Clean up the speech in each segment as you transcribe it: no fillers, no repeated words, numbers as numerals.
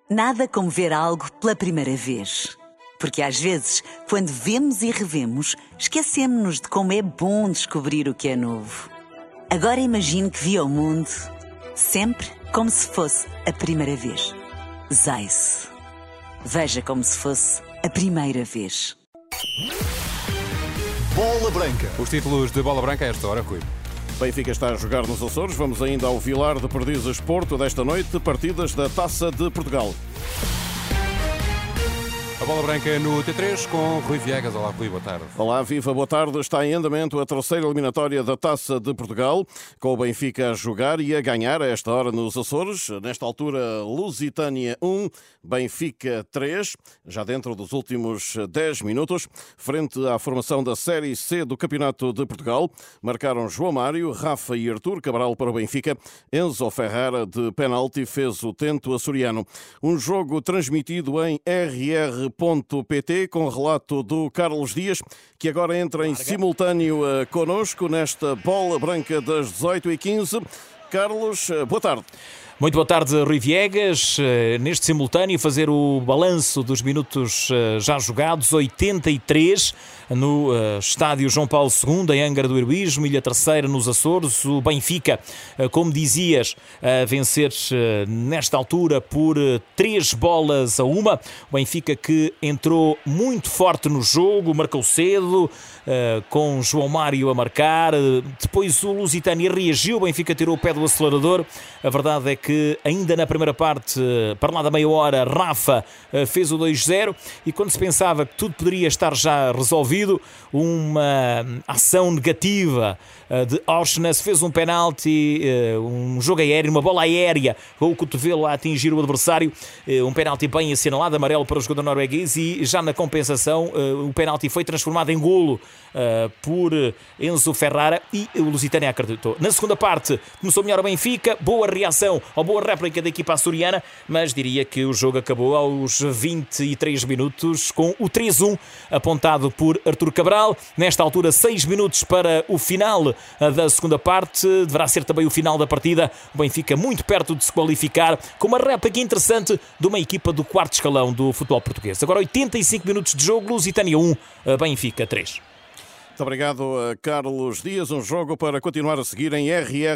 Nada como ver algo pela primeira vez. Porque às vezes, quando vemos e revemos, esquecemos-nos de como é bom descobrir o que é novo. Agora imagine que viu o mundo sempre como se fosse a primeira vez. Zais. Veja como se fosse a primeira vez. Bola Branca. Os títulos de Bola Branca a esta hora, Rui. Benfica está a jogar nos Açores. Vamos ainda ao Vilar de Perdizes Porto desta noite, partidas da Taça de Portugal. A Bola Branca no T3 com Rui Viegas. Olá, Rui, boa tarde. Olá, viva, boa tarde. Está em andamento a terceira eliminatória da Taça de Portugal, com o Benfica a jogar e a ganhar a esta hora nos Açores. Nesta altura, Lusitânia 1, Benfica 3, já dentro dos últimos 10 minutos, frente à formação da Série C do Campeonato de Portugal. Marcaram João Mário, Rafa e Artur Cabral para o Benfica. Enzo Ferrara, de penalti, fez o tento açoriano. Um jogo transmitido em RR.pt, com relato do Carlos Dias, que agora entra em simultâneo connosco nesta Bola Branca das 18h15. Carlos, boa tarde. Muito boa tarde, Rui Viegas. Neste simultâneo, fazer o balanço dos minutos já jogados, 83 no estádio João Paulo II, em Angra do Heroísmo, Ilha Terceira, nos Açores. O Benfica, como dizias, a vencer nesta altura por 3-1. O Benfica que entrou muito forte no jogo, marcou cedo, com João Mário a marcar. Depois o Lusitânia reagiu, o Benfica tirou o pé do acelerador. A verdade é que ainda na primeira parte, para lá da meia hora, Rafa fez o 2-0, e quando se pensava que tudo poderia estar já resolvido, uma ação negativa de Auschwitz fez um penalti, um jogo aéreo, uma bola aérea com o cotovelo a atingir o adversário, um penalti bem assinalado, amarelo para o jogador norueguês, e já na compensação o penalti foi transformado em golo por Enzo Ferrara, e o Lusitânia acreditou. Na segunda parte começou melhor o Benfica, boa reação ou boa réplica da equipa açoriana, mas diria que o jogo acabou aos 23 minutos com o 3-1 apontado por Artur Cabral. Nesta altura, 6 minutos para o final da segunda parte, deverá ser também o final da partida. O Benfica muito perto de se qualificar, com uma réplica interessante de uma equipa do quarto escalão do futebol português. Agora 85 minutos de jogo, Lusitânia 1, Benfica 3. Muito obrigado, Carlos Dias. Um jogo para continuar a seguir em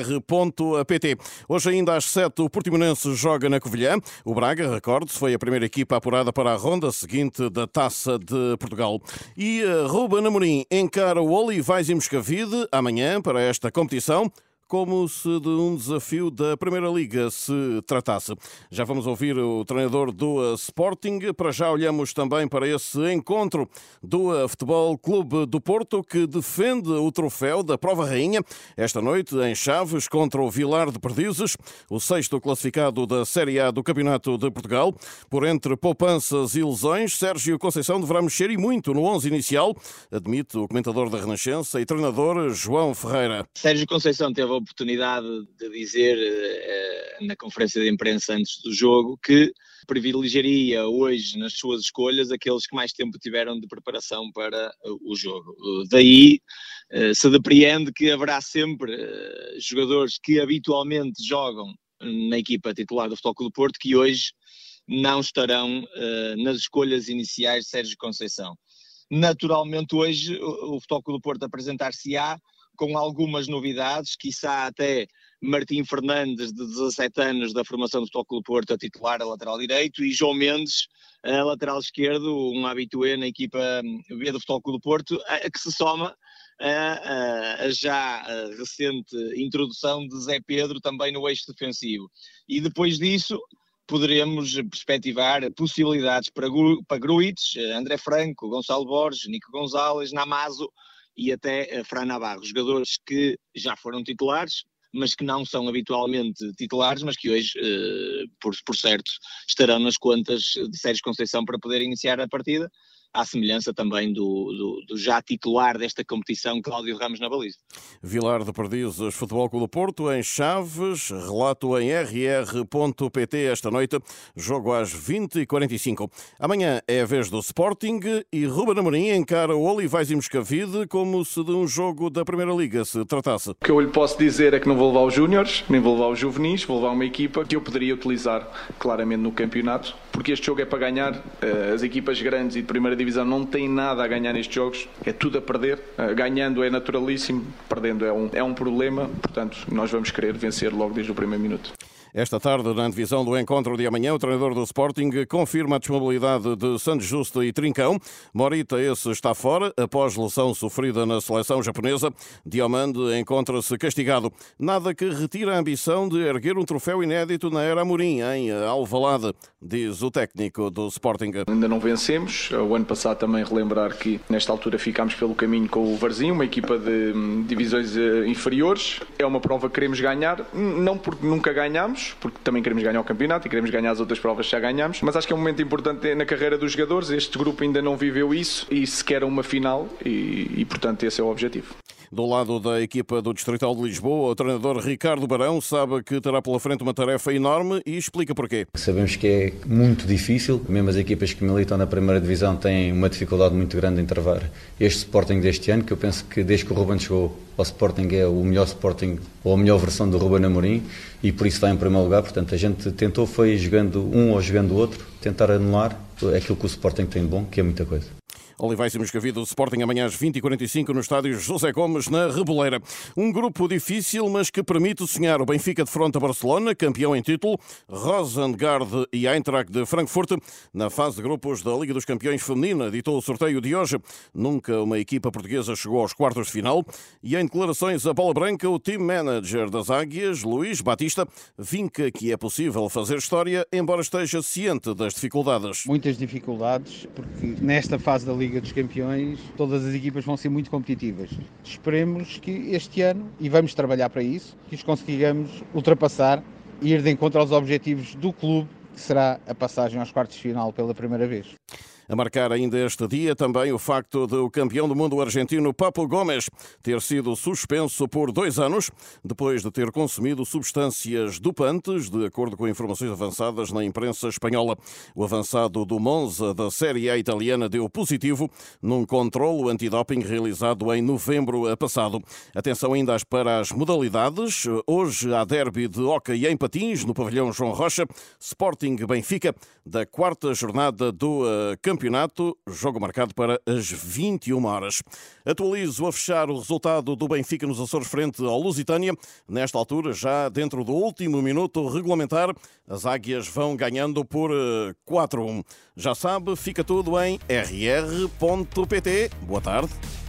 rr.pt. Hoje ainda às 7 o Portimonense joga na Covilhã. O Braga, recorde-se, foi a primeira equipa apurada para a ronda seguinte da Taça de Portugal. E Ruben Amorim encara o Olivais e Moscavide amanhã para esta competição, como se de um desafio da Primeira Liga se tratasse. Já vamos ouvir o treinador do Sporting. Para já olhamos também para esse encontro do Futebol Clube do Porto, que defende o troféu da Prova Rainha esta noite em Chaves contra o Vilar de Perdizes, o sexto classificado da Série A do Campeonato de Portugal. Por entre poupanças e lesões, Sérgio Conceição deverá mexer e muito no 11 inicial, admite o comentador da Renascença e treinador João Ferreira. Sérgio Conceição teve a oportunidade de dizer na conferência de imprensa antes do jogo que privilegiaria hoje nas suas escolhas aqueles que mais tempo tiveram de preparação para o jogo. Daí se depreende que haverá sempre jogadores que habitualmente jogam na equipa titular do Futebol Clube do Porto que hoje não estarão nas escolhas iniciais de Sérgio Conceição. Naturalmente hoje o Futebol Clube do Porto apresentar-se-á com algumas novidades, quiçá até Martim Fernandes, de 17 anos, da formação do Futebol Clube do Porto, a titular a lateral direito, e João Mendes, a lateral esquerdo, um habitué na equipa B do Futebol Clube do Porto, que se soma a já recente introdução de Zé Pedro também no eixo defensivo. E depois disso poderemos perspectivar possibilidades para Gruitch, André Franco, Gonçalo Borges, Nico Gonzalez, Namazo e até Fran Navarro, jogadores que já foram titulares, mas que não são habitualmente titulares, mas que hoje, por certo, estarão nas contas de Sérgio Conceição para poder iniciar a partida. à semelhança também do já titular desta competição, Cláudio Ramos na baliza. Vilar de Perdizes, Futebol Clube do Porto, em Chaves, relato em rr.pt esta noite, jogo às 20h45. Amanhã é a vez do Sporting e Ruben Amorim encara o Olivais e Moscavide como se de um jogo da Primeira Liga se tratasse. O que eu lhe posso dizer é que não vou levar os júniores, nem vou levar os juvenis, vou levar uma equipa que eu poderia utilizar claramente no campeonato, porque este jogo é para ganhar. As equipas grandes e de Primeira Divisão não têm nada a ganhar nestes jogos, é tudo a perder. Ganhando é naturalíssimo, perdendo é um problema, portanto nós vamos querer vencer logo desde o primeiro minuto. Esta tarde, na divisão do encontro de amanhã, o treinador do Sporting confirma a disponibilidade de Santos Justo e Trincão. Morita, esse está fora, após lesão sofrida na seleção japonesa. Diomande encontra-se castigado. Nada que retira a ambição de erguer um troféu inédito na era Amorim, em Alvalade, diz o técnico do Sporting. Ainda não vencemos. O ano passado também relembrar que, nesta altura, ficámos pelo caminho com o Varzim, uma equipa de divisões inferiores. É uma prova que queremos ganhar, não porque nunca ganhamos, porque também queremos ganhar o campeonato e queremos ganhar as outras provas que já ganhamos, mas acho que é um momento importante na carreira dos jogadores. Este grupo ainda não viveu isso e sequer uma final e portanto esse é o objetivo. Do lado da equipa do Distrital de Lisboa, o treinador Ricardo Barão sabe que terá pela frente uma tarefa enorme e explica porquê. Sabemos que é muito difícil, mesmo as equipas que militam na primeira divisão têm uma dificuldade muito grande em travar este Sporting deste ano, que eu penso que desde que o Ruben chegou ao Sporting é o melhor Sporting ou a melhor versão do Ruben Amorim e por isso está em primeiro lugar. Portanto, a gente tentou foi jogando um ou jogando o outro, tentar anular aquilo que o Sporting tem de bom, que é muita coisa. Olivais e Moscavide, do Sporting amanhã às 20h45 no estádio José Gomes, na Reboleira. Um grupo difícil, mas que permite sonhar. O Benfica defronta Barcelona, campeão em título, Rosengard e Eintracht de Frankfurt. Na fase de grupos da Liga dos Campeões Feminina, ditou o sorteio de hoje. Nunca uma equipa portuguesa chegou aos quartos de final. E em declarações à bola branca, o team manager das Águias, Luís Batista, vinca que é possível fazer história, embora esteja ciente das dificuldades. Muitas dificuldades, porque nesta fase da Liga dos Campeões todas as equipas vão ser muito competitivas. Esperemos que este ano, e vamos trabalhar para isso, que os consigamos ultrapassar e ir de encontro aos objetivos do clube, que será a passagem aos quartos de final pela primeira vez. A marcar ainda este dia também o facto de o campeão do mundo argentino Papo Gomes ter sido suspenso por 2 anos depois de ter consumido substâncias dopantes, de acordo com informações avançadas na imprensa espanhola. O avançado do Monza da Série A italiana deu positivo num controlo antidoping realizado em novembro passado. Atenção ainda para as modalidades. Hoje há derby de hóquei em patins no pavilhão João Rocha, Sporting Benfica, da 4ª jornada do campeonato, jogo marcado para as 21 horas. Atualizo a fechar o resultado do Benfica nos Açores frente ao Lusitânia. Nesta altura, já dentro do último minuto regulamentar, as Águias vão ganhando por 4-1. Já sabe, fica tudo em rr.pt. Boa tarde.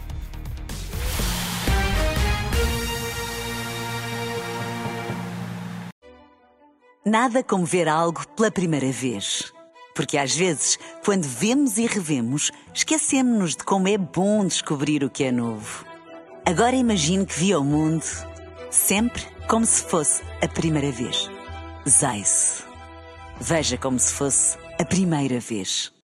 Nada como ver algo pela primeira vez. Porque às vezes, quando vemos e revemos, esquecemos-nos de como é bom descobrir o que é novo. Agora imagine que viu o mundo sempre como se fosse a primeira vez. Zais. Veja como se fosse a primeira vez.